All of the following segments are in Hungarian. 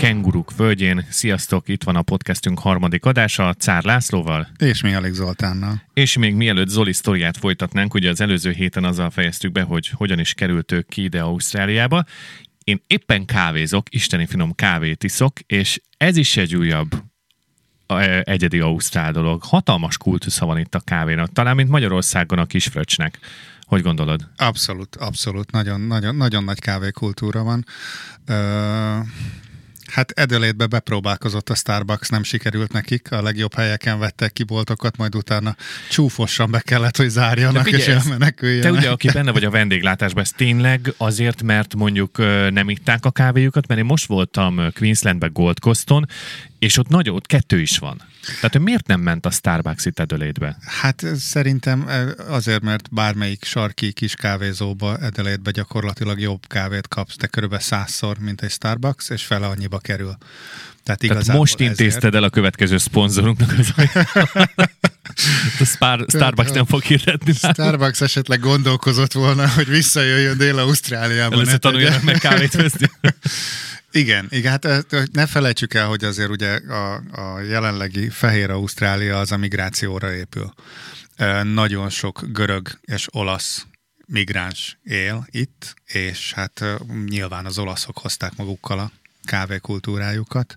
kenguruk földjén. Sziasztok, itt van a podcastünk harmadik adása, Czár Lászlóval. És Mihály Zoltánnal. És még mielőtt Zoli sztoriát folytatnánk, ugye az előző héten azzal fejeztük be, hogy hogyan is került ők ki ide Ausztráliába. Én éppen kávézok, isteni finom kávét iszok, és ez is egy újabb egyedi ausztrál dolog. Hatalmas kultusza van itt a kávénak, talán mint Magyarországon a kisfröccsnek. Hogy gondolod? Abszolút. Nagyon nagy kávékultúra van. Hát Adelaide-be bepróbálkozott a Starbucks, nem sikerült nekik, a legjobb helyeken vettek ki boltokat, majd utána csúfosan be kellett, hogy zárjanak, és elmeneküljenek. Te ugye, aki benne vagy a vendéglátásban, ez tényleg azért, mert mondjuk nem itták a kávéjukat, mert én most voltam Queenslandben, Gold Coaston, és ott kettő is van. Tehát miért nem ment a Starbucks itt Adelaide-be? Hát szerintem azért, mert bármelyik sarki kis kávézóba Adelaide-be gyakorlatilag jobb kávét kapsz, de körülbelül 100-szor, mint egy Starbucks, és fele annyiba kerül. Tehát most intézted el a következő szponzorunknak az Starbucks nem fog hirdetni. Starbucks esetleg gondolkozott volna, hogy visszajöjjön Dél-Ausztráliába. Először tanuljanak meg kávét főzni. Igen, hát ne felejtsük el, hogy azért ugye a jelenlegi Fehér Ausztrália az a migrációra épül. Nagyon sok görög és olasz migráns él itt, és hát nyilván az olaszok hozták magukkal a kávékultúrájukat.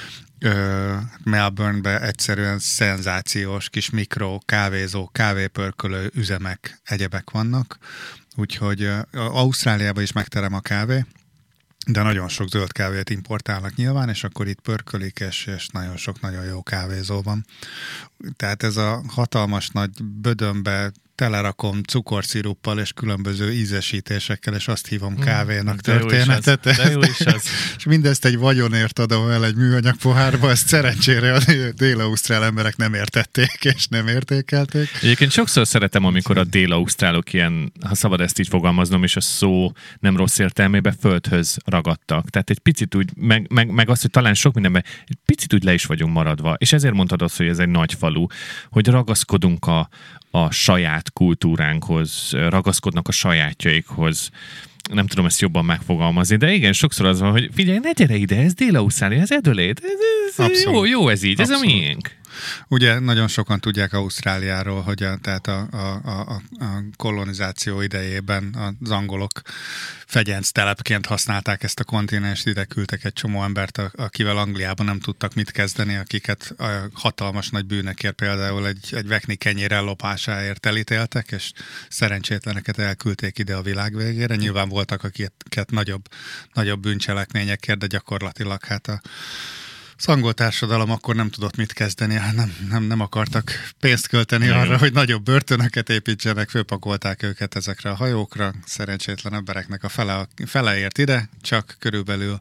Melbourne-ben egyszerűen szenzációs kis mikro kávézó, kávépörkölő üzemek, egyebek vannak, úgyhogy Ausztráliában is megterem a kávé, de nagyon sok zöld kávét importálnak nyilván, és akkor itt pörkölik, és nagyon sok nagyon jó kávézó van. Tehát ez a hatalmas nagy bödönbe telerakom cukorsziruppal és különböző ízesítésekkel, és azt hívom kávénak történetet. De jó is az. És mindezt egy vagyonért adom el egy műanyag pohárba, ezt szerencsére a dél-ausztrál emberek nem értették, és nem értékelték. Egyébként sokszor szeretem, amikor a dél-ausztrálok ilyen, ha szabad ezt így fogalmaznom, és a szó nem rossz értelmében földhöz ragadtak. Tehát egy picit úgy, meg azt, hogy talán sok mindenben egy picit úgy le is vagyunk maradva. És ezért mondtad azt, hogy ez egy nagy falu, hogy ragaszkodunk a saját kultúránkhoz, ragaszkodnak a sajátjaikhoz. Nem tudom ezt jobban megfogalmazni, de igen, sokszor az van, hogy figyelj, ne gyere ide, ez Dél-Ausztrália, ez Adelaide, ez jó ez így, abszolút. Ez a miénk. Ugye nagyon sokan tudják Ausztráliáról, hogy tehát a kolonizáció idejében az angolok fegyenc telepként használták ezt a kontinenst, ide küldtek egy csomó embert, akivel Angliában nem tudtak mit kezdeni, akiket a hatalmas nagy bűnekért, például egy vekni kenyér ellopásáért elítéltek, és szerencsétleneket elküldték ide a világ végére. Nyilván voltak, akiket nagyobb bűncselekményekért, de gyakorlatilag hát az angol társadalom akkor nem tudott mit kezdeni, nem akartak pénzt költeni arra, hogy nagyobb börtönöket építsenek, fölpakolták őket ezekre a hajókra, szerencsétlen embereknek a fele ért ide, csak körülbelül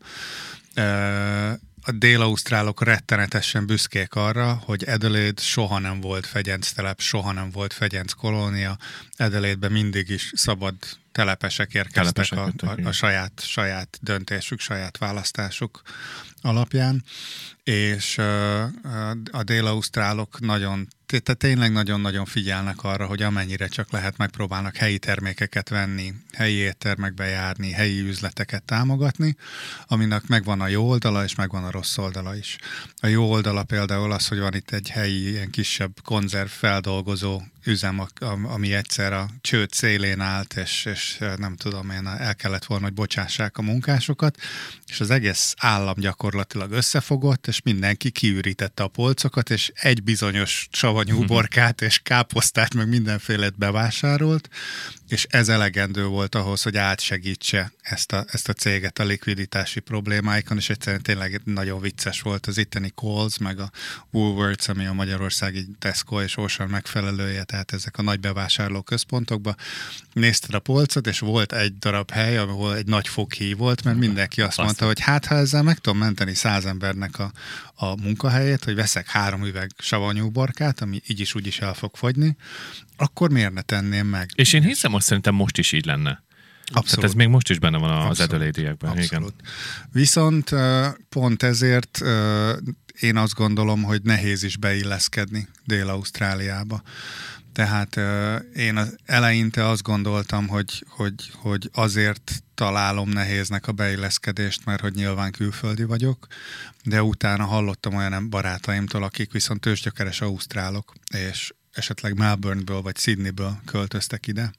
a dél-ausztrálok rettenetesen büszkék arra, hogy Adelaide soha nem volt fegyenctelep, soha nem volt fegyenc kolónia, Adelaide-ben mindig is szabad telepesek érkeztek a saját döntésük, saját választásuk alapján, és a dél-ausztrálok tényleg nagyon-nagyon figyelnek arra, hogy amennyire csak lehet megpróbálnak helyi termékeket venni, helyi éttermekbe járni, helyi üzleteket támogatni, aminek megvan a jó oldala, és megvan a rossz oldala is. A jó oldala például az, hogy van itt egy helyi, ilyen kisebb konzerv feldolgozó üzem, ami egyszer a csőd szélén állt, és nem tudom én, el kellett volna, hogy bocsássák a munkásokat, és az egész állam gyakorlatilag összefogott, és mindenki kiürítette a polcokat, és egy bizonyos savanyú uborkát és káposztát, meg mindenfélét bevásárolt, és ez elegendő volt ahhoz, hogy átsegítse ezt a céget a likviditási problémáikon, és egyszerűen tényleg nagyon vicces volt az itteni Coles, meg a Woolworths, ami a magyarországi Tesco és Auchan megfelelője, tehát ezek a nagy bevásárló központokban. Nézted a polcot, és volt egy darab hely, ahol egy nagy foghíj volt, mert mindenki azt mondta, hogy hát ha ezzel meg tudom menteni 100 embernek a munkahelyét, hogy veszek 3 üveg savanyú uborkát, ami így is úgy is el fog fogyni, akkor miért ne tenném meg? És én hiszem, azt szerintem most is így lenne. Abszolút. Tehát ez még most is benne van az Adelaide-iekben. Abszolút. Igen. Viszont pont ezért én azt gondolom, hogy nehéz is beilleszkedni Dél-Ausztráliába. Tehát én eleinte azt gondoltam, hogy azért találom nehéznek a beilleszkedést, mert hogy nyilván külföldi vagyok, de utána hallottam olyan barátaimtól, akik viszont tőzsgyökeres ausztrálok, és esetleg Melbourneből vagy Sydneyből költöztek ide,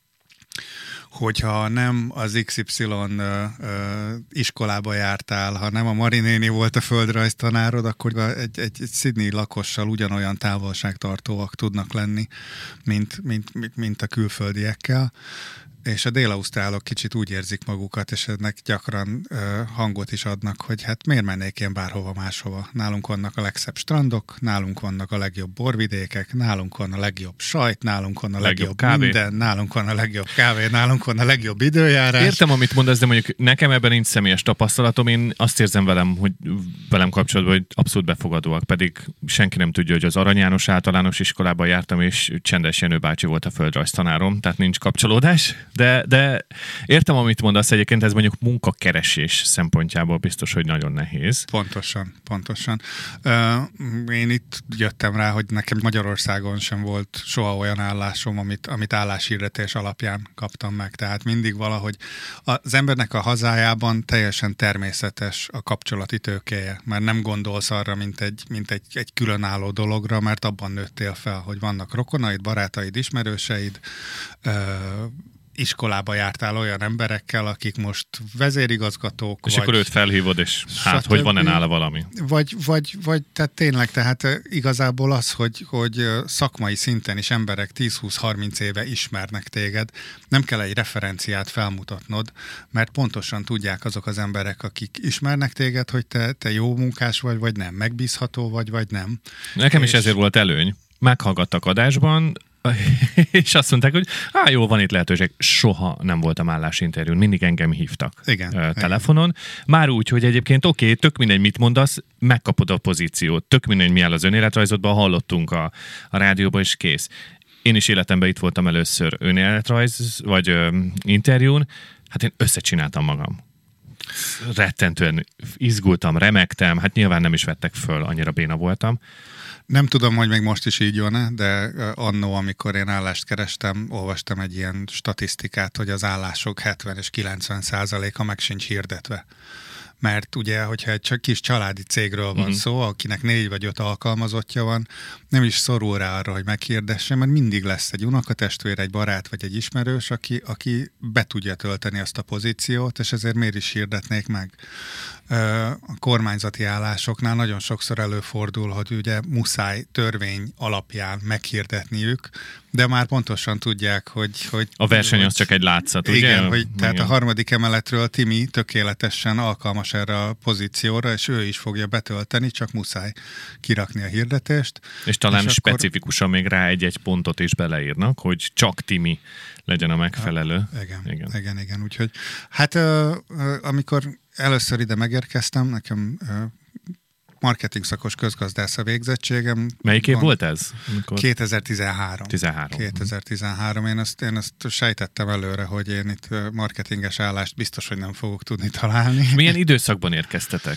hogyha nem az XY iskolába jártál, ha nem a Mari néni volt a földrajztanárod, akkor egy Sydney lakossal ugyanolyan távolságtartóak tudnak lenni, mint a külföldiekkel. És a dél-ausztrálok kicsit úgy érzik magukat, és ennek gyakran hangot is adnak, hogy hát miért mennék én bárhova máshova. Nálunk vannak a legszebb strandok, nálunk vannak a legjobb borvidékek, nálunk van a legjobb sajt, nálunk van a legjobb kávé. Minden, nálunk van a legjobb kávé, nálunk van a legjobb időjárás. Értem, amit mondasz, de mondjuk nekem ebben nincs személyes tapasztalatom, én azt érzem velem kapcsolatban, hogy abszolút befogadóak, pedig senki nem tudja, hogy az Arany János általános iskolában jártam, és Csendes Jenő bácsi volt a földrajztanárom, tehát nincs kapcsolódás. De értem, amit mondasz, egyébként ez mondjuk munkakeresés szempontjából biztos, hogy nagyon nehéz. Pontosan. Én itt jöttem rá, hogy nekem Magyarországon sem volt soha olyan állásom, amit álláshirdetés alapján kaptam meg. Tehát mindig valahogy az embernek a hazájában teljesen természetes a kapcsolati tőkéje, mert nem gondolsz arra, mint egy különálló dologra, mert abban nőttél fel, hogy vannak rokonaid, barátaid, ismerőseid, iskolába jártál olyan emberekkel, akik most vezérigazgatók. És akkor őt felhívod, és hát, hogy van-e nála valami? Vagy tehát tényleg, tehát igazából az, hogy szakmai szinten is emberek 10-20-30 éve ismernek téged, nem kell egy referenciát felmutatnod, mert pontosan tudják azok az emberek, akik ismernek téged, hogy te jó munkás vagy nem, megbízható vagy nem. Nekem is ezért volt előny. Meghallgattak adásban, és azt mondták, hogy jó, van itt lehetőség. Soha nem voltam állásinterjún, mindig engem hívtak telefonon. Igen. Már úgy, hogy egyébként tök mindegy, mit mondasz, megkapod a pozíciót, tök mindegy, mi áll az önéletrajzodban, hallottunk a rádióban, és kész. Én is életemben itt voltam először önéletrajz, vagy interjún, hát én összecsináltam magam. Rettentően izgultam, remegtem, hát nyilván nem is vettek föl, annyira béna voltam. Nem tudom, hogy még most is így van-e, de annó, amikor én állást kerestem, olvastam egy ilyen statisztikát, hogy az állások 70 és 90%-a meg sincs hirdetve. Mert ugye, hogyha egy csak kis családi cégről van szó, akinek 4 vagy 5 alkalmazottja van, nem is szorul rá arra, hogy meghirdesse, mert mindig lesz egy unokatestvér, egy barát vagy egy ismerős, aki be tudja tölteni azt a pozíciót, és ezért miért is hirdetnék meg. A kormányzati állásoknál nagyon sokszor előfordul, hogy ugye muszáj törvény alapján meghirdetniük, de már pontosan tudják, hogy a verseny az csak egy látszat, ugye? Igen, hogy tehát a 3. emeletről Timi tökéletesen alkalmas erre a pozícióra, és ő is fogja betölteni, csak muszáj kirakni a hirdetést. És talán és specifikusan még rá egy pontot is beleírnak, hogy csak Timi legyen a megfelelő. Igen. Úgyhogy hát amikor először ide megérkeztem, nekem marketing szakos közgazdász a végzettségem. Melyik év volt ez? 2013. 2013. Én azt sejtettem előre, hogy én itt marketinges állást biztos, hogy nem fogok tudni találni. Milyen időszakban érkeztetek?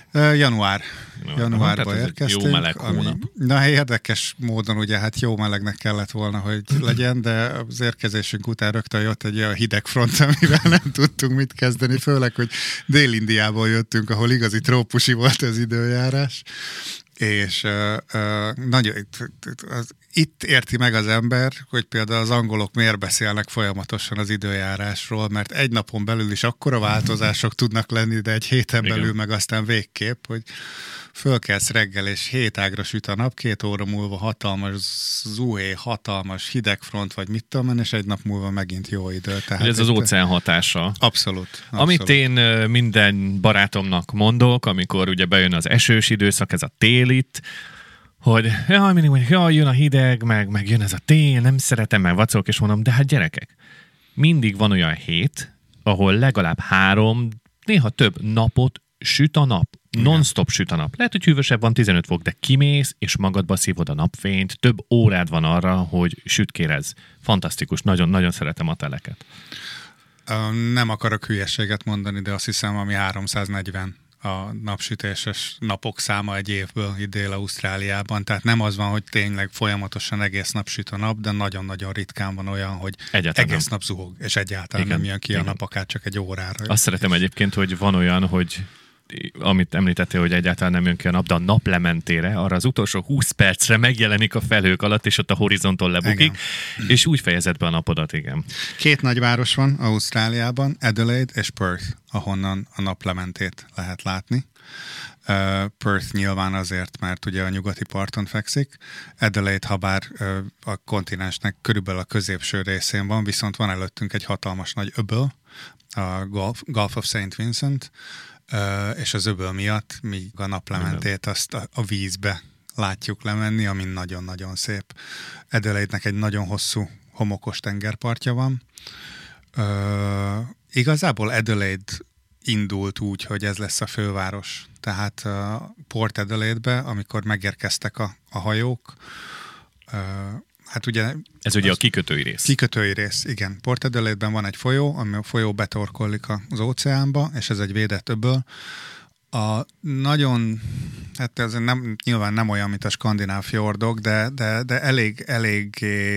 Januárban érkeztünk. Jó meleg hónap. Na, érdekes módon ugye hát jó melegnek kellett volna, hogy legyen, de az érkezésünk után rögtön jött egy olyan hideg front, amivel nem tudtunk mit kezdeni, főleg, hogy Dél-Indiából jöttünk, ahol igazi trópusi volt az időjárás. És itt érti meg az ember, hogy például az angolok miért beszélnek folyamatosan az időjárásról, mert egy napon belül is akkora változások tudnak lenni, de egy héten belül meg aztán végképp, hogy fölkelsz reggel, és 7 ágra süt a nap, 2 óra múlva hatalmas zuhé, hatalmas hidegfront, vagy mit tudom, és egy nap múlva megint jó idő. Tehát ez az óceán hatása. Abszolút. Amit én minden barátomnak mondok, amikor ugye bejön az esős időszak, ez a tél itt, hogy mindig mondjuk, jön a hideg, meg jön ez a tél, nem szeretem, meg vacok, és mondom, de hát gyerekek, mindig van olyan hét, ahol legalább 3, néha több napot süt a nap. Non-stop süt a nap. Lehet, hogy hűvösebb van, 15 fok, de kimész, és magadba szívod a napfényt, több órád van arra, hogy sütkérez. Fantasztikus, nagyon-nagyon szeretem a teleket. Nem akarok hülyeséget mondani, de azt hiszem, ami 340 a napsütéses napok száma egy évből itt Dél-Ausztráliában. Tehát nem az van, hogy tényleg folyamatosan egész nap süt a nap, de nagyon-nagyon ritkán van olyan, hogy egyáltalán egész nap zuhog, és egyáltalán nem jön ki a nap, akár csak egy órára. Azt szeretem egyébként, hogy van olyan, hogy amit említettél, hogy egyáltalán nem jön ki a nap, de a naplementére, arra az utolsó 20 percre megjelenik a felhők alatt, és ott a horizonton lebukik, igen. És úgy fejezed be a napodat, igen. 2 nagyváros van Ausztráliában, Adelaide és Perth, ahonnan a naplementét lehet látni. Perth nyilván azért, mert ugye a nyugati parton fekszik. Adelaide, habár a kontinensnek körülbelül a középső részén van, viszont van előttünk egy hatalmas nagy öböl, a Gulf of St. Vincent, és az öböl miatt mi a naplementét azt a vízbe látjuk lemenni, ami nagyon-nagyon szép. Adelaide-nek egy nagyon hosszú homokos tengerpartja van. Igazából Adelaide indult úgy, hogy ez lesz a főváros. Tehát Port Adelaide-be, amikor megérkeztek a hajók, hát ugye... Ez ugye a kikötői rész. Kikötői rész, igen. Port Adelaide-ben van egy folyó, ami a folyó betorkollik az óceánba, és ez egy védett öböl. Hát ez nyilván nem olyan, mint a skandináv fjordok, de elég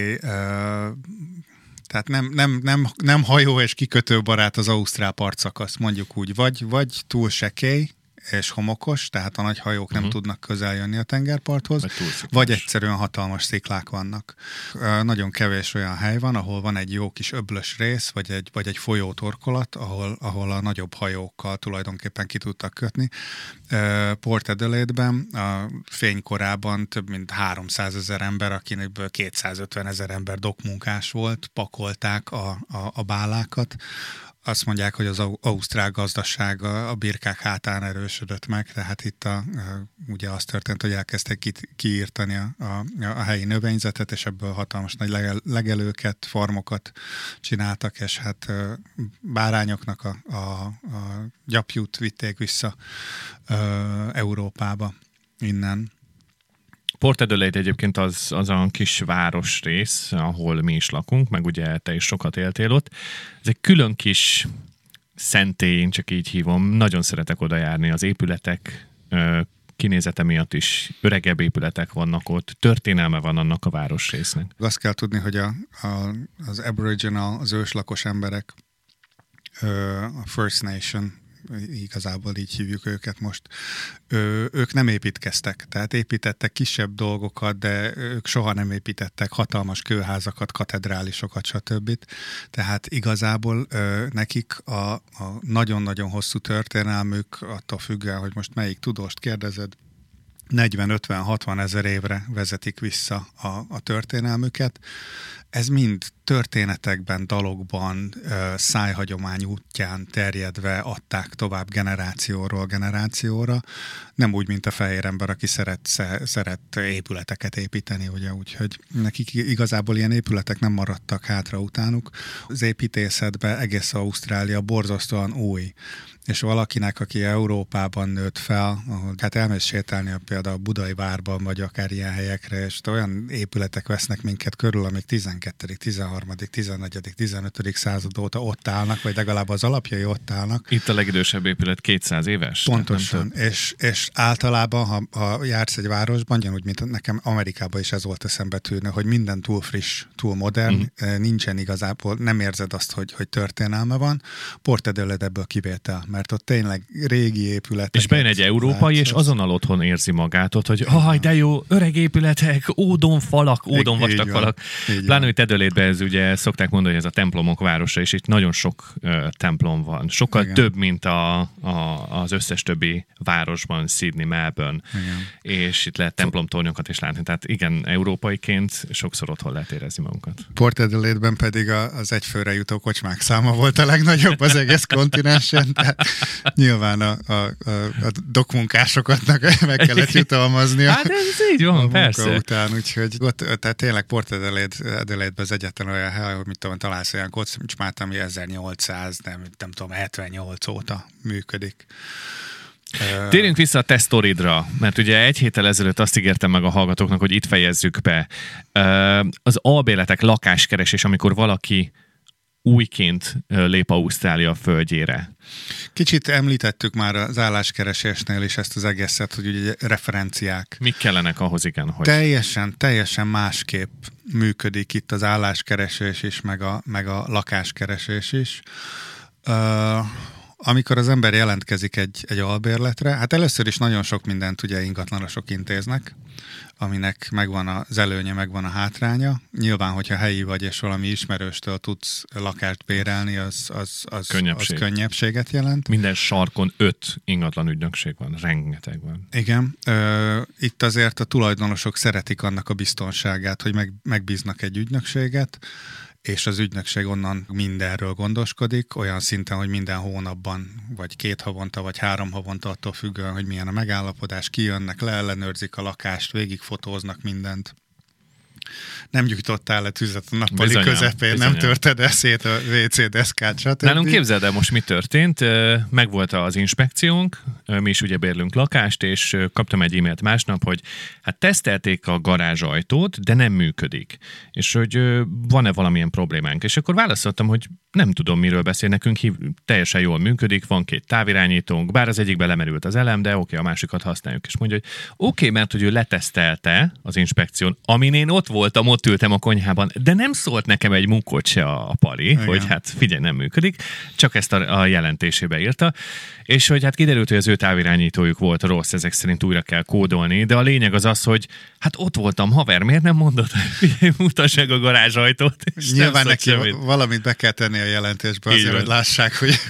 tehát nem hajó és kikötő barát az ausztrál partszakasz, mondjuk úgy. Vagy túl sekély és homokos, tehát a nagy hajók nem tudnak közel jönni a tengerparthoz, vagy egyszerűen hatalmas sziklák vannak. Nagyon kevés olyan hely van, ahol van egy jó kis öblös rész, vagy egy folyótorkolat, ahol a nagyobb hajókkal tulajdonképpen ki tudtak kötni. Port Adelaide-ben a fénykorában több mint 300 000 ember, akinekből 250 000 ember dokmunkás volt, pakolták a bálákat. Azt mondják, hogy az ausztrál gazdaság a birkák hátán erősödött meg, tehát itt ugye az történt, hogy elkezdtek kiírtani a helyi növényzetet, és ebből hatalmas nagy legelőket, farmokat csináltak, és hát bárányoknak a gyapjút vitték vissza Európába innen. Port Adelaide egyébként az a kis város rész, ahol mi is lakunk, meg ugye te is sokat éltél ott. Ez egy külön kis szentély, én csak így hívom. Nagyon szeretek oda járni. Az épületek kinézete miatt is öregebb épületek vannak ott. Történelme van annak a városrésznek. Azt kell tudni, hogy az Aboriginal, az őslakos emberek, a First Nation, igazából így hívjuk őket most, ők nem építkeztek, tehát építettek kisebb dolgokat, de ők soha nem építettek hatalmas kőházakat, katedrálisokat, stb. Tehát igazából nekik a nagyon-nagyon hosszú történelmük, attól függően, hogy most melyik tudóst kérdezed, 40-50-60 ezer évre vezetik vissza a történelmüket. Ez mind történetekben, dalokban, szájhagyomány útján terjedve adták tovább generációról generációra. Nem úgy, mint a fehér ember, aki szeret épületeket építeni, ugye, úgyhogy nekik igazából ilyen épületek nem maradtak hátra utánuk. Az építészetben egész Ausztrália borzasztóan új. És valakinek, aki Európában nőtt fel, ahol hát elmész sétálni például a Budai Várban, vagy akár ilyen helyekre, és olyan épületek vesznek minket körül, amik 12., 13., 14., 15. század óta ott állnak, vagy legalább az alapjai ott állnak. Itt a legidősebb épület 200 éves? Pontosan, és általában, ha jársz egy városban, ugyanúgy, mint nekem Amerikában is ez volt eszembe tűnő, hogy minden túl friss, túl modern, nincsen igazából, nem érzed azt, hogy történelme van. Port Adelaide ebből kivétel, mert ott tényleg régi épületek. És bejön egy európai, és azonnal otthon érzi magát ott, hogy de jó, öreg épületek, ódonfalak, ódonvastag falak. Pláne, hogy Adelaide-ben ez ugye szokták mondani, hogy ez a templomok városa, és itt nagyon sok templom van. Sokkal több, mint az összes többi városban, Sydney, Melbourne. Igen. És itt lehet templomtornyokat is látni. Tehát igen, európaiként sokszor otthon lehet érezni magunkat. Port Adelaide-ben pedig az egyfőre jutó kocsmák száma volt a legnagyobb az egész kontinensen. Nyilván a dokmunkásokatnak meg kellett jutalmaznia. Hát ez így van, persze. Után, úgyhogy tehát tényleg Port Adelaide-ben az egyetlen olyan hely, hogy mit tudom, találsz olyan kocsmát, ami 1800, nem tudom, 78 óta működik. Térjünk vissza a te sztoridra, mert ugye egy héttel ezelőtt azt ígértem meg a hallgatóknak, hogy itt fejezzük be. Az albérletek, lakáskeresés, amikor valaki újként lép Ausztrália földjére. Kicsit említettük már az álláskeresésnél is ezt az egészet, hogy ugye referenciák. Mik kellenek ahhoz, igen, hogy... Teljesen másképp működik itt az álláskeresés is, meg a lakáskeresés is. Amikor az ember jelentkezik egy albérletre, hát először is nagyon sok mindent ugye ingatlanosok intéznek, aminek megvan az előnye, megvan a hátránya. Nyilván, hogyha helyi vagy, és valami ismerőstől tudsz lakást bérelni, az könnyebbséget jelent. Minden sarkon 5 ingatlan ügynökség van, rengeteg van. Igen. Itt azért a tulajdonosok szeretik annak a biztonságát, hogy megbíznak egy ügynökséget, és az ügynökség onnan mindenről gondoskodik, olyan szinten, hogy minden hónapban, vagy 2 havonta, vagy 3 havonta, attól függően, hogy milyen a megállapodás, kijönnek, leellenőrzik a lakást, végigfotóznak mindent. Nem gyújtottál le tüzet a nappali közepén, nem törted eszét a WC deszkát, stb. Nálunk képzeld el most mi történt, megvolt az inspekciónk, mi is ugye bérlünk lakást, és kaptam egy e-mailt másnap, hogy hát tesztelték a garázsajtót, de nem működik. És hogy van-e valamilyen problémánk. És akkor válaszoltam, hogy nem tudom, miről beszél nekünk, teljesen jól működik, van 2 távirányítónk, bár az egyikben lemerült az elem, de oké, a másikat használjuk. És mondja, hogy oké, mert hogy ő letesztelte az inspekción, amin én ott voltam, ott ültem a konyhában, de nem szólt nekem egy munkot se a pali, igen, hogy hát figyelj, nem működik, csak ezt a jelentésébe írta, és hogy hát kiderült, hogy az ő távirányítójuk volt rossz, ezek szerint újra kell kódolni, de a lényeg az, hogy hát ott voltam, haver, miért nem mondod, hogy mutassák a garázsajtót? Nyilván neki valamit be kell tenni a jelentésbe azért, hogy lássák, hogy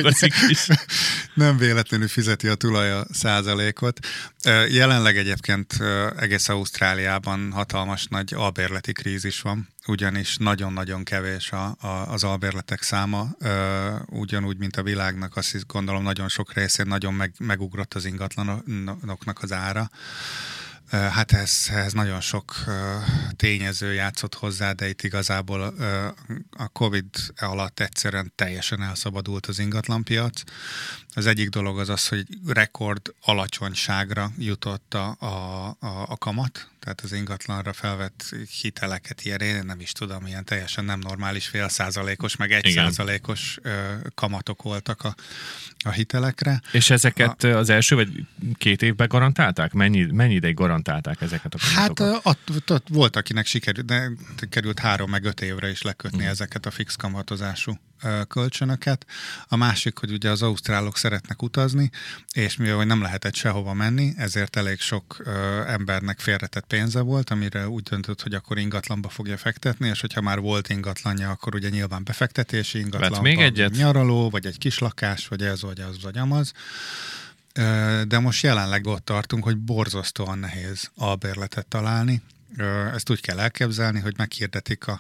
nem véletlenül fizeti a tulaj a százalékot. Jelenleg egyébként egész Ausztráliában hatalmas nagy albérleti krízis van, ugyanis nagyon-nagyon kevés az albérletek száma, ugyanúgy, mint a világnak, azt gondolom nagyon sok részén nagyon megugrott az ingatlanoknak az ára. Hát ez nagyon sok tényező játszott hozzá, de itt igazából a Covid alatt egyszerűen teljesen elszabadult az ingatlanpiac. Az egyik dolog az, hogy rekord alacsonyságra jutott a kamat, tehát az ingatlanra felvett hiteleket ilyen, nem is tudom, ilyen teljesen nem normális 0,5%-os, meg 1%-os kamatok voltak a hitelekre. És ezeket az első vagy 2 évben garantálták? Mennyi ideig garantálták ezeket a kamatokat? Hát volt, akinek sikerült 3 meg 5 évre is lekötni ezeket a fix kamatozású kölcsönöket. A másik, hogy ugye az ausztrálok szeretnek utazni, és mivel nem lehetett sehova menni, ezért elég sok embernek félretett pénze volt, amire úgy döntött, hogy akkor ingatlanba fogja fektetni, és hogyha már volt ingatlanja, akkor ugye nyilván befektetési ingatlanba, még egyet? Nyaraló, vagy egy kis lakás, vagy ez, vagy az, vagy amaz. De most jelenleg ott tartunk, hogy borzasztóan nehéz albérletet találni. Ezt úgy kell elképzelni, hogy meghirdetik a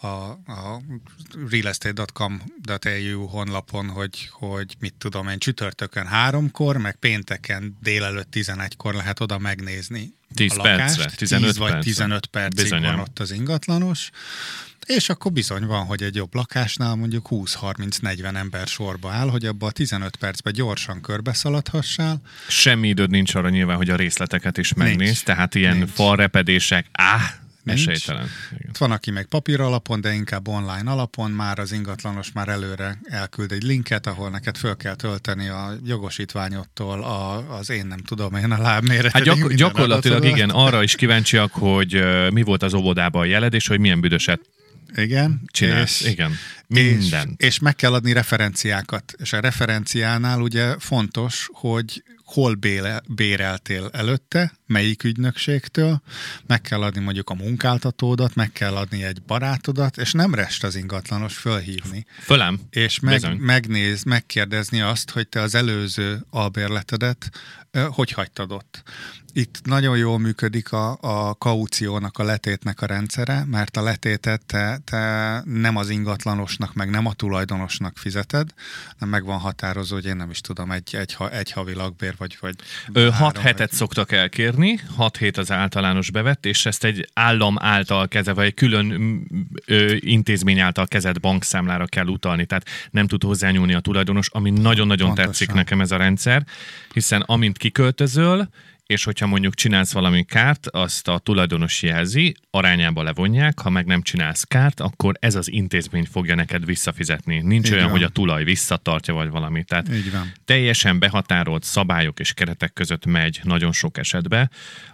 realestate.com.au honlapon, hogy mit tudom én, csütörtökön 3-kor, meg pénteken délelőtt 11-kor lehet oda megnézni 10 a lakást. percre, 15 vagy 15 percig van ott az ingatlanos, és akkor bizony van, hogy egy jobb lakásnál mondjuk 20-30-40 ember sorba áll, hogy abban a 15 percben gyorsan körbeszaladhassál. Semmi időd nincs arra nyilván, hogy a részleteket is megnéz, tehát ilyen falrepedések, esélytelen. Van, aki meg papír alapon, de inkább online alapon, már az ingatlanos már előre elküld egy linket, ahol neked föl kell tölteni a jogosítványodtól, az én nem tudom, én a lábméreted. Hát gyakorlatilag igen, arra is kíváncsiak, hogy mi volt az óvodában a jeled, és hogy milyen büdöset csinálsz. Igen. Minden. És meg kell adni referenciákat. És a referenciánál ugye fontos, hogy hol béreltél előtte, melyik ügynökségtől, meg kell adni mondjuk a munkáltatódat, meg kell adni egy barátodat, és nem rest az ingatlanos fölhívni. Fölám. És megkérdezni azt, hogy te az előző albérletedet hogy hagytad ott. Itt nagyon jól működik a kauciónak, a letétnek a rendszere, mert a letétet te nem az ingatlanosnak, meg nem a tulajdonosnak fizeted, nem meg van határozó, hogy én nem is tudom, egy havi lakbér, vagy 6 hetet szoktak elkérni, 6 hét az általános bevett, és ezt egy állam által kezelt, vagy egy külön intézmény által kezelt bankszámlára kell utalni, tehát nem tud hozzányúlni a tulajdonos, ami nagyon-nagyon tetszik nekem ez a rendszer, hiszen amint kiköltözöl, és hogyha mondjuk csinálsz valami kárt, azt a tulajdonos jelzi, arányába levonják, ha meg nem csinálsz kárt, akkor ez az intézmény fogja neked visszafizetni. Nincs Így olyan, van. hogy a tulaj visszatartja, vagy valami. Tehát Így van. teljesen behatárolt szabályok és keretek között megy nagyon sok esetben,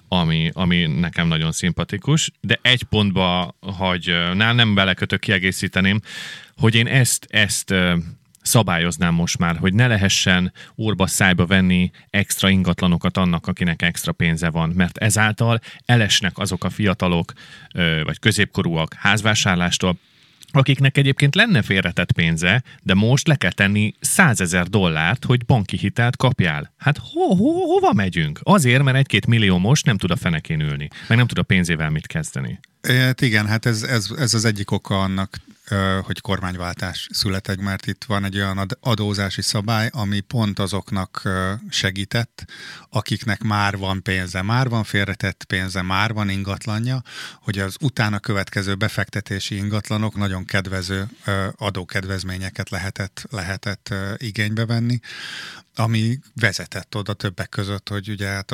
ami nekem nagyon szimpatikus, de egy pontba, hogy nem belekötök, kiegészíteném, hogy én ezt szabályoznám most már, hogy ne lehessen orba szájba venni extra ingatlanokat annak, akinek extra pénze van, mert ezáltal elesnek azok a fiatalok, vagy középkorúak házvásárlástól, akiknek egyébként lenne félretett pénze, de most le kell tenni $100,000, hogy banki hitelt kapjál. Hát hova megyünk? Azért, mert 1-2 millió most nem tud a fenekén ülni, meg nem tud a pénzével mit kezdeni. Igen, hát ez az egyik oka annak, hogy kormányváltás született, mert itt van egy olyan adózási szabály, ami pont azoknak segített, akiknek már van pénze, már van félretett pénze, már van ingatlanja, hogy az utána következő befektetési ingatlanok nagyon kedvező adókedvezményeket lehetett igénybe venni, ami vezetett oda többek között, hogy ugye hát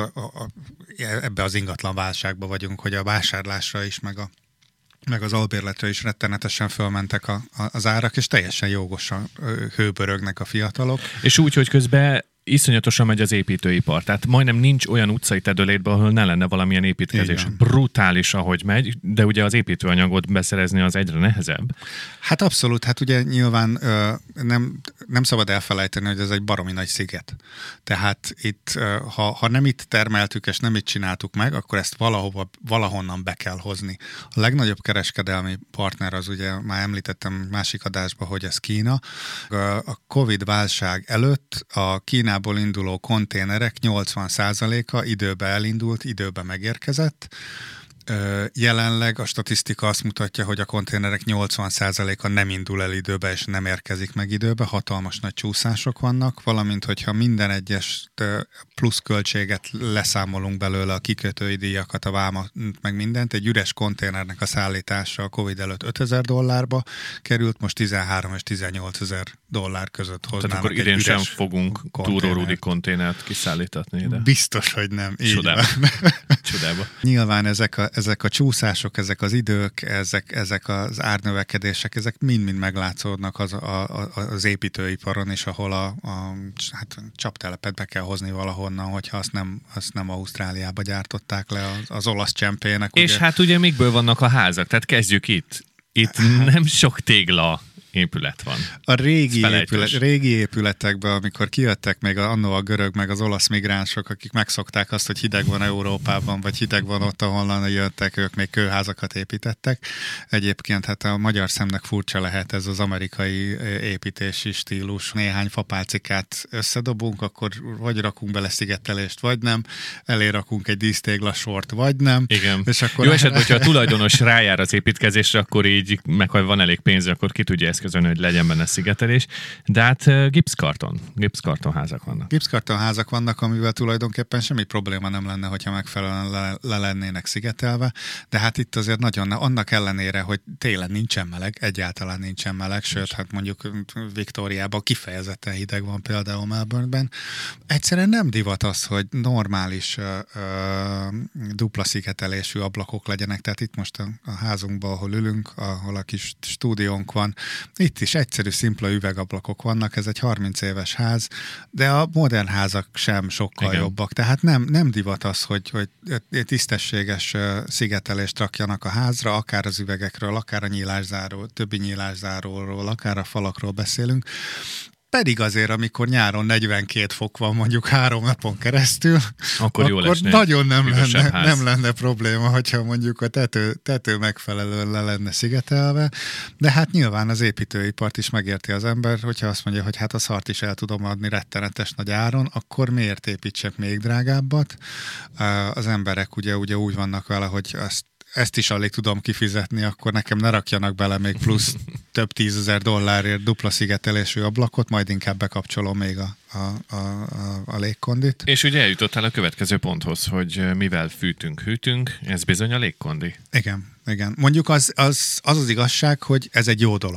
ebbe az ingatlan válságba vagyunk, hogy a vásárlásra is, meg az albérletre is rettenetesen fölmentek az árak, és teljesen jogosan hőbörögnek a fiatalok. És úgy, hogy közben iszonyatosan megy az építőipar. Tehát majdnem nincs olyan utcai tedőlétben, ahol ne lenne valamilyen építkezés. Brutális, ahogy megy, de ugye az építőanyagot beszerezni az egyre nehezebb. Hát abszolút, hát ugye nyilván nem szabad elfelejteni, hogy ez egy baromi nagy sziget. Tehát itt, ha nem itt termeltük és nem itt csináltuk meg, akkor ezt valahonnan be kell hozni. A legnagyobb kereskedelmi partner az ugye, már említettem másik adásban, hogy ez Kína. A Covid-válság előtt a Kínából induló konténerek 80%-a időbe elindult, időbe megérkezett. Jelenleg a statisztika azt mutatja, hogy a konténerek 80%-a nem indul el időbe, és nem érkezik meg időbe, hatalmas nagy csúszások vannak, valamint, hogyha minden egyes pluszköltséget leszámolunk belőle, a kikötői díjakat, a vámat, meg mindent, egy üres konténernek a szállítása a Covid előtt $5,000 került, most 13 és 18,000 dollár között hoznának. Tehát akkor idén sem fogunk túrórudi konténert kiszállítatni ide. Biztos, hogy nem. Csodába. Nyilván ezek a csúszások, ezek az idők, ezek az árnövekedések, ezek mind-mind meglátszódnak az építőiparon, és ahol a csaptelepet be kell hozni valahonnan, hogyha azt nem Ausztráliába gyártották le az olasz csempének. És ugye? Hát ugye mikből vannak a házak? Tehát kezdjük itt. Itt nem sok tégla épület van. A régi épületekben, amikor kijöttek még annó a görög, meg az olasz migránsok, akik megszokták azt, hogy hideg van Európában, vagy hideg van ott, ahonnan jöttek, ők még kőházakat építettek. Egyébként hát a magyar szemnek furcsa lehet ez az amerikai építési stílus. Néhány fapálcikát összedobunk, akkor vagy rakunk bele szigetelést, vagy nem. Elé rakunk egy dísztéglasort, vagy nem. Igen. És akkor jó esetben, hogyha a tulajdonos rájár az építkezésre, akkor így, meg ha van elég pénz, akkor ki tudja eszközölni, hogy legyen benne szigetelés. De hát gipszkartonházak vannak. Gipszkartonházak vannak, amivel tulajdonképpen semmi probléma nem lenne, hogyha megfelelően le lennének szigetelve, de hát itt azért nagyon, annak ellenére, hogy télen nincsen meleg, egyáltalán nincsen meleg, sőt, hát mondjuk Viktóriában kifejezetten hideg van, például Melbourneben. Egyszerűen nem divat az, hogy normális dupla szigetelésű ablakok legyenek, tehát itt most a házunkban, ahol ülünk, ahol a kis stúdiónk van, itt is egyszerű, szimpla üvegablakok vannak, ez egy 30 éves ház, de a modern házak sem sokkal jobbak. Tehát nem divat az, hogy tisztességes szigetelést rakjanak a házra, akár az üvegekről, akár a nyílászáró, többi nyílászáróról, akár a falakról beszélünk. Pedig azért, amikor nyáron 42 fok van mondjuk 3 napon keresztül, akkor nagyon nem lenne probléma, hogyha mondjuk a tető megfelelően le lenne szigetelve, de hát nyilván az építőipart is megérti az ember, hogyha azt mondja, hogy hát a szart is el tudom adni rettenetes nagy áron, akkor miért építsek még drágábbat? Az emberek ugye úgy vannak vele, hogy ezt is alig tudom kifizetni, akkor nekem ne rakjanak bele még plusz több $10,000 dupla szigetelésű ablakot, majd inkább bekapcsolom még a légkondit. És ugye eljutottál a következő ponthoz, hogy mivel hűtünk, ez bizony a légkondi. Igen. Mondjuk az igazság, hogy ez egy jó dolog.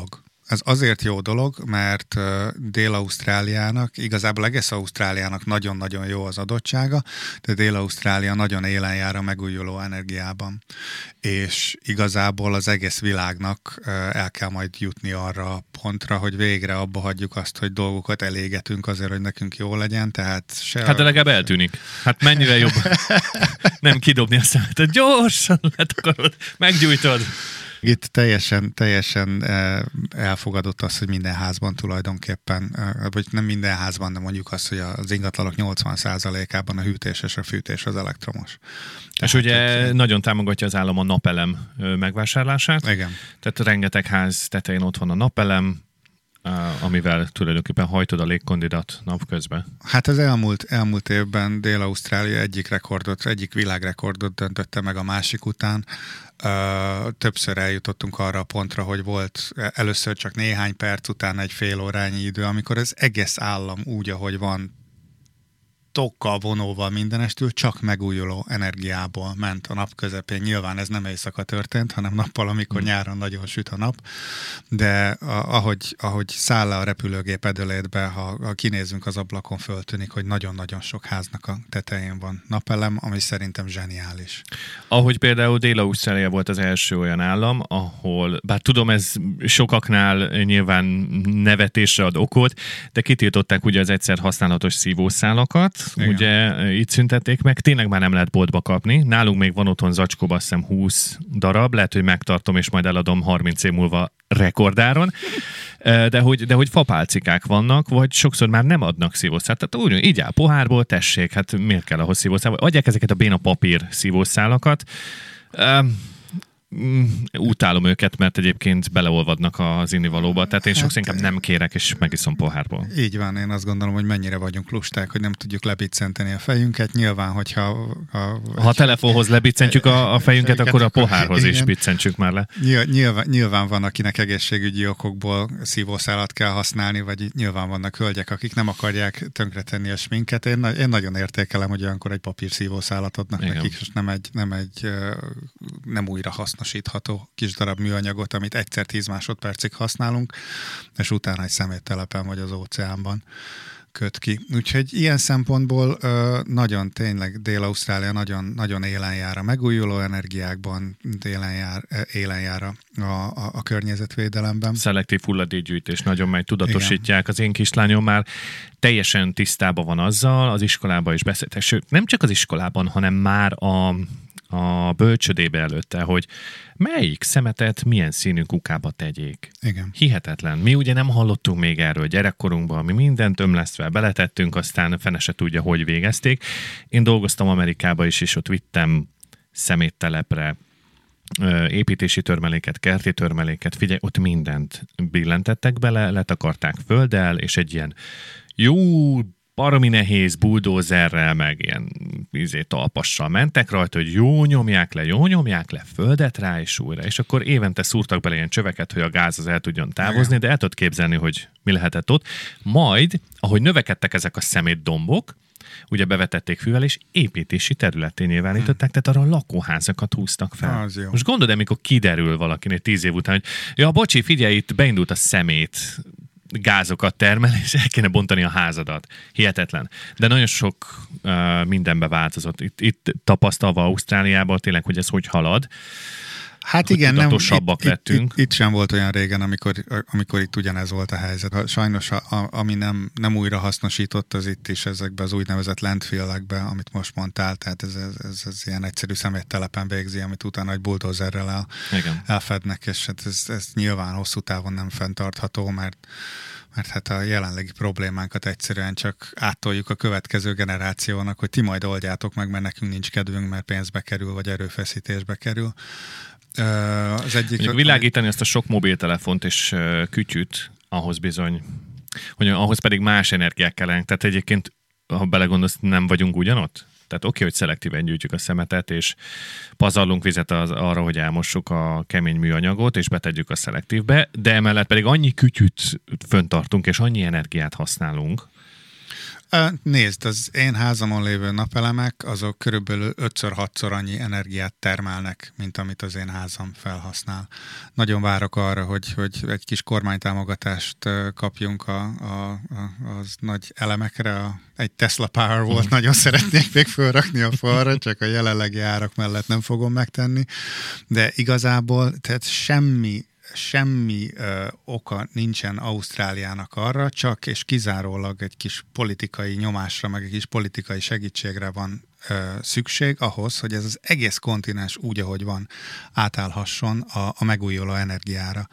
Ez azért jó dolog, mert Dél-Ausztráliának, igazából egész Ausztráliának nagyon-nagyon jó az adottsága, de Dél-Ausztrália nagyon élen jár a megújuló energiában. És igazából az egész világnak el kell majd jutni arra a pontra, hogy végre abba hagyjuk azt, hogy dolgokat elégetünk azért, hogy nekünk jó legyen, tehát Hát de legalább eltűnik. Hát mennyire jobb nem kidobni a szemetet. Gyorsan letakarod, meggyújtod. Itt teljesen elfogadott az, hogy minden házban tulajdonképpen, vagy nem minden házban, de mondjuk azt, hogy az ingatlanok 80%-ában a hűtés és a fűtés az elektromos. És ugye nagyon támogatja az állam a napelem megvásárlását. Igen. Tehát rengeteg ház tetején ott van a napelem, amivel tulajdonképpen hajtod a légkondidat napközben. Hát az elmúlt évben Dél-Ausztrália egyik világrekordot döntötte meg a másik után. Többször eljutottunk arra a pontra, hogy volt először csak néhány perc, után egy fél órányi idő, amikor az egész állam úgy, ahogy van, tokkal, vonóval mindenestül csak megújuló energiából ment a nap közepén. Nyilván ez nem éjszaka történt, hanem nappal, amikor nyáron nagyon süt a nap, de ahogy száll le a repülőgép edölétbe, ha kinézünk az ablakon, föltűnik, hogy nagyon-nagyon sok háznak a tetején van napelem, ami szerintem zseniális. Ahogy például Dél-Ausztrália volt az első olyan állam, ahol, bár tudom, ez sokaknál nyilván nevetésre ad okot, de kitiltották ugye az egyszer használatos szívószálakat. Igen. Ugye itt szüntették meg, tényleg már nem lehet boltba kapni. Nálunk még van otthon zacskóba, azt hiszem 20 darab, lehet, hogy megtartom, és majd eladom 30 év múlva rekordáron, de hogy fapálcikák vannak, vagy sokszor már nem adnak szívószálat. Tehát úgy, így áll pohárból, tessék, hát miért kell ahhoz szívószál? Adják ezeket a béna papír szívószálakat. Utálom őket, mert egyébként beleolvadnak az innivalóba, tehát én sokszor inkább nem kérek, és megiszom pohárból. Így van, én azt gondolom, hogy mennyire vagyunk lusták, hogy nem tudjuk lebiccenteni a fejünket. Nyilván, hogyha... Ha a telefonhoz lebiccentjük a fejünket, akkor a pohárhoz is biccentsük már le. Nyilván van, akinek egészségügyi okokból szívószálat kell használni, vagy nyilván vannak hölgyek, akik nem akarják tönkretenni a sminket. Én nagyon értékelem, hogy olyankor egy papír szívószálat adnak nekik, és nem újra hasznosítható kis darab műanyagot, amit egyszer 10 másodpercig használunk, és utána egy szeméttelepen vagy az óceánban köt ki. Úgyhogy ilyen szempontból nagyon tényleg Dél-Ausztrália nagyon élen jár a megújuló energiákban, élen jár a környezetvédelemben. Szelektív hulladékgyűjtés nagyon megy, tudatosítják. Igen. Az én kislányom már teljesen tisztában van azzal, az iskolában is beszéltek, sőt, nem csak az iskolában, hanem már a bölcsödébe előtte, hogy melyik szemetet milyen színű kukába tegyék. Igen. Hihetetlen. Mi ugye nem hallottunk még erről gyerekkorunkban, mi mindent ömlesztve beletettünk, aztán fene se tudja, hogy végezték. Én dolgoztam Amerikába is, és ott vittem szeméttelepre építési törmeléket, kerti törmeléket, figyelj, ott mindent billentettek bele, letakarták földdel, és egy ilyen jó baromi nehéz buldózerrel, meg ilyen talpassal mentek rajta, hogy jó nyomják le, földet rá és újra. És akkor évente szúrtak bele ilyen csöveket, hogy a gáz az el tudjon távozni, de el tudod képzelni, hogy mi lehetett ott. Majd, ahogy növekedtek ezek a szemétdombok, ugye bevetették fűvel, és építési területén nyilvánították, tehát arra lakóházakat húztak fel. Most gondolod, amikor kiderül valakinél 10 év után, hogy ja, bocsi, figyelj, itt beindult a szemét, gázokat termel, és el kéne bontani a házadat. Hihetetlen. De nagyon sok mindenbe változott. Itt tapasztalva Ausztráliában tényleg, hogy ez hogy halad. Hát igen, tudatosabbak lettünk. Itt sem volt olyan régen, amikor itt ugyanez volt a helyzet. Sajnos ami nem újra hasznosított, az itt is ezekben az úgynevezett landfill-ekben, amit most mondtál, tehát ez ilyen egyszerű szeméttelepen végzi, amit utána egy bulldozerrel elfednek, és hát ez nyilván hosszú távon nem fenntartható, mert hát a jelenlegi problémánkat egyszerűen csak áttoljuk a következő generációnak, hogy ti majd oldjátok meg, mert nekünk nincs kedvünk, mert pénzbe kerül, vagy erőfeszítésbe kerül. Az egyik, világítani azt a sok mobiltelefont és kütyűt, ahhoz bizony, hogy ahhoz pedig más energiák kellene. Tehát egyébként, ha belegondolsz, nem vagyunk ugyanott? Tehát oké, hogy szelektíven gyűjtjük a szemetet, és pazarlunk vizet arra, hogy elmossuk a kemény műanyagot, és betegyük a szelektívbe, de emellett pedig annyi kütyűt föntartunk, és annyi energiát használunk. Nézd, az én házamon lévő napelemek, azok körülbelül 5-6-szor annyi energiát termelnek, mint amit az én házam felhasznál. Nagyon várok arra, hogy egy kis kormánytámogatást kapjunk az nagy elemekre. Egy Tesla Power volt, nagyon szeretnék még fölrakni a falra, csak a jelenlegi árak mellett nem fogom megtenni. De igazából tehát semmi oka nincsen Ausztráliának arra, csak és kizárólag egy kis politikai nyomásra, meg egy kis politikai segítségre van szükség ahhoz, hogy ez az egész kontinens úgy, ahogy van, átállhasson a megújuló energiára.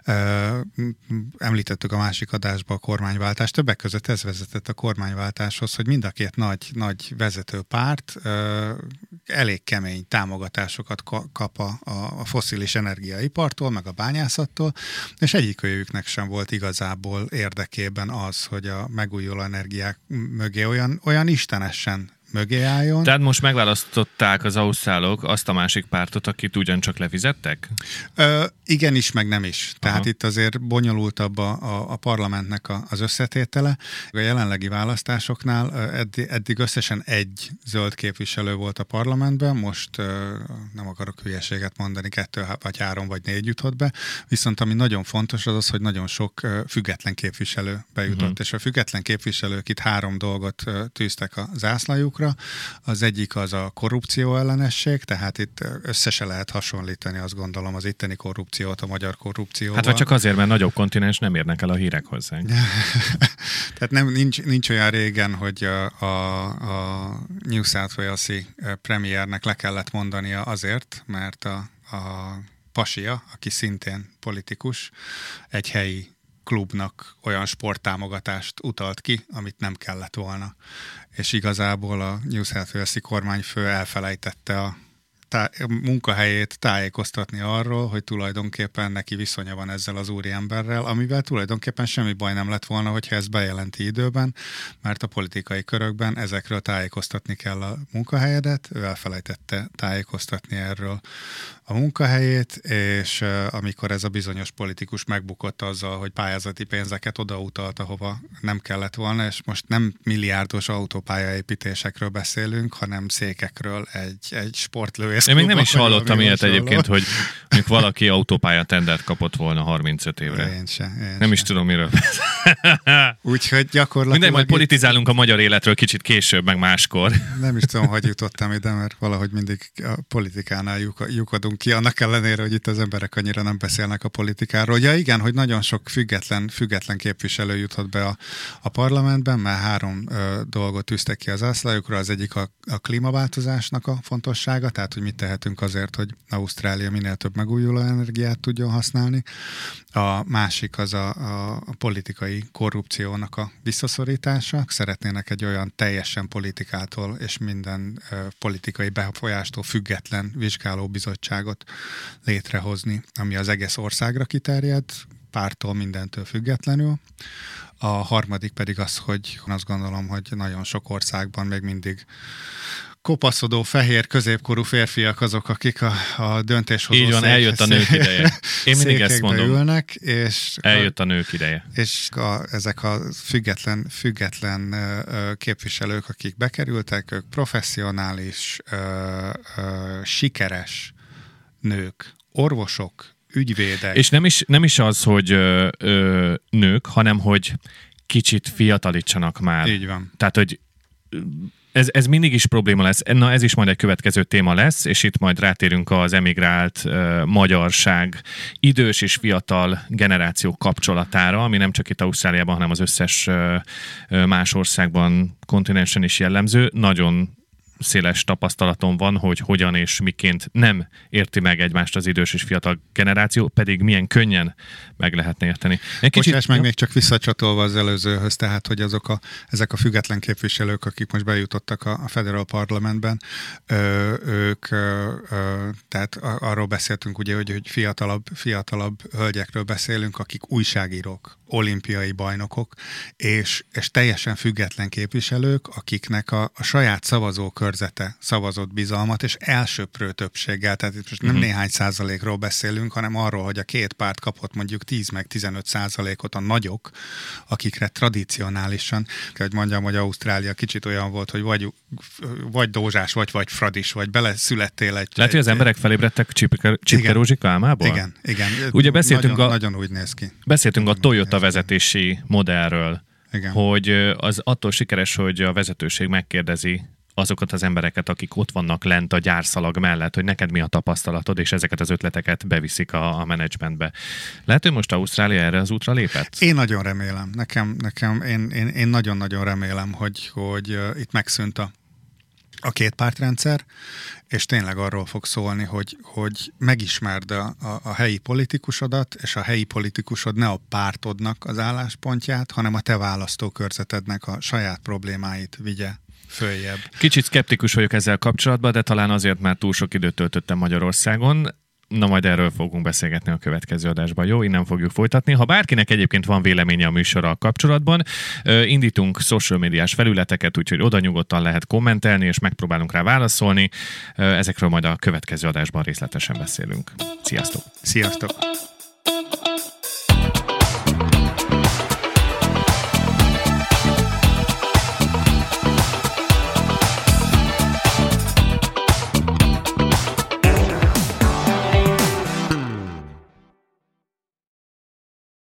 Említettük a másik adásban a kormányváltást, többek között ez vezetett a kormányváltáshoz, hogy mind a két nagy vezető párt elég kemény támogatásokat kap a fosszilis energiaipartól, meg a bányászattól, és egyikőjüknek sem volt igazából érdekében az, hogy a megújuló energiák mögé olyan istenesen mögé álljon. Tehát most megválasztották az ausztrálok azt a másik pártot, akit ugyancsak lefizettek? Igen is, meg nem is. Tehát itt azért bonyolultabb a parlamentnek az összetétele. A jelenlegi választásoknál eddig összesen egy zöld képviselő volt a parlamentben, most nem akarok hülyeséget mondani, 2 vagy 3 vagy 4 jutott be, viszont ami nagyon fontos az, hogy nagyon sok független képviselő bejutott, és a független képviselők itt 3 dolgot tűztek a zászlajukra. Az egyik az a korrupció ellenesség, tehát itt össze se lehet hasonlítani, azt gondolom, az itteni korrupciót a magyar korrupcióval. Hát vagy csak azért, mert nagyobb kontinens nem érnek el a hírek hozzánk. Tehát nincs olyan régen, hogy a New South Wales-i premiernek le kellett mondania azért, mert a pasia, aki szintén politikus, egy helyi klubnak olyan sporttámogatást utalt ki, amit nem kellett volna. És igazából a New South Wales-i kormányfő elfelejtette a munkahelyét tájékoztatni arról, hogy tulajdonképpen neki viszonya van ezzel az úriemberrel, amivel tulajdonképpen semmi baj nem lett volna, hogyha ezt bejelenti időben, mert a politikai körökben ezekről tájékoztatni kell a munkahelyedet, ő elfelejtette tájékoztatni erről a munkahelyét, és amikor ez a bizonyos politikus megbukott azzal, hogy pályázati pénzeket odautalt, ahova nem kellett volna, és most nem milliárdos autópályaépítésekről beszélünk, hanem székekről egy sportlővész. Én még nem is hallottam ilyet egyébként, hogy mondjuk valaki autópályatendert kapott volna 35 évre. Én sem. Nem is tudom, miről. Úgyhogy gyakorlatilag... Mindegy, majd politizálunk a magyar életről kicsit később, meg máskor. Nem is tudom, hogy jutottam ide, mert valahogy mindig a politikánál lyukadunk ki, annak ellenére, hogy itt az emberek annyira nem beszélnek a politikáról. Ja igen, hogy nagyon sok független képviselő juthat be a parlamentben, mert 3 dolgot tűztek ki az ászlájukra. Az egyik a klímaváltozásnak a fontossága, tehát hogy mit tehetünk azért, hogy Ausztrália minél több megújuló energiát tudjon használni. A másik az a politikai korrupciónak a visszaszorítása. Szeretnének egy olyan teljesen politikától és minden politikai befolyástól független vizsgálóbizottságot létrehozni, ami az egész országra kiterjed, pártól, mindentől függetlenül. A harmadik pedig az, hogy azt gondolom, hogy nagyon sok országban még mindig kopaszodó, fehér, középkorú férfiak azok, akik a döntéshozó így van, eljött a nők ideje. Én mindig ezt mondom. Ülnek, és eljött a nők ideje. És ezek a független képviselők, akik bekerültek, ők professzionális, sikeres nők, orvosok, ügyvédek. És nem is az, hogy nők, hanem hogy kicsit fiatalítsanak már. Így van. Tehát, hogy ez mindig is probléma lesz. Na, ez is majd egy következő téma lesz, és itt majd rátérünk az emigrált magyarság idős és fiatal generáció kapcsolatára, ami nem csak itt Ausztráliában, hanem az összes más országban, kontinensen is jellemző. Nagyon széles tapasztalatom van, hogy hogyan és miként nem érti meg egymást az idős és fiatal generáció, pedig milyen könnyen meg lehetne érteni. Bocsáss meg, még csak visszacsatolva az előzőhöz, tehát, hogy ezek a független képviselők, akik most bejutottak a Federal Parlamentben, ők, tehát arról beszéltünk ugye, hogy fiatalabb hölgyekről beszélünk, akik újságírók, olimpiai bajnokok, és teljesen független képviselők, akiknek a saját szavazókörzetük körzete szavazott bizalmat, és elsöprő többséggel, tehát itt most nem néhány százalékról beszélünk, hanem arról, hogy a két párt kapott mondjuk 10 meg 15%-ot a nagyok, akikre tradicionálisan, hogy mondjam, hogy Ausztrália kicsit olyan volt, hogy vagy dózsás, vagy fradis, vagy beleszülettél egy... Lehet, hogy az emberek felébredtek Csipke Rózsika álmából? Igen. Ugye beszéltünk nagyon úgy néz ki. Beszéltünk a Toyota vezetési modellről, igen. hogy az attól sikeres, hogy a vezetőség megkérdezi azokat az embereket, akik ott vannak lent a gyárszalag mellett, hogy neked mi a tapasztalatod, és ezeket az ötleteket beviszik a menedzsmentbe. Lehet, hogy most Ausztrália erre az útra lépett? Én nagyon remélem. Én nagyon-nagyon remélem, hogy itt megszűnt a kétpártrendszer, és tényleg arról fog szólni, hogy megismerd a helyi politikusodat, és a helyi politikusod ne a pártodnak az álláspontját, hanem a te választókörzetednek a saját problémáit vigye följebb. Kicsit szkeptikus vagyok ezzel kapcsolatban, de talán azért, mert túl sok időt töltöttem Magyarországon. Na, majd erről fogunk beszélgetni a következő adásban. Jó, innen fogjuk folytatni. Ha bárkinek egyébként van véleménye a műsorral kapcsolatban, indítunk social médiás felületeket, úgyhogy oda nyugodtan lehet kommentelni, és megpróbálunk rá válaszolni. Ezekről majd a következő adásban részletesen beszélünk. Sziasztok! Sziasztok!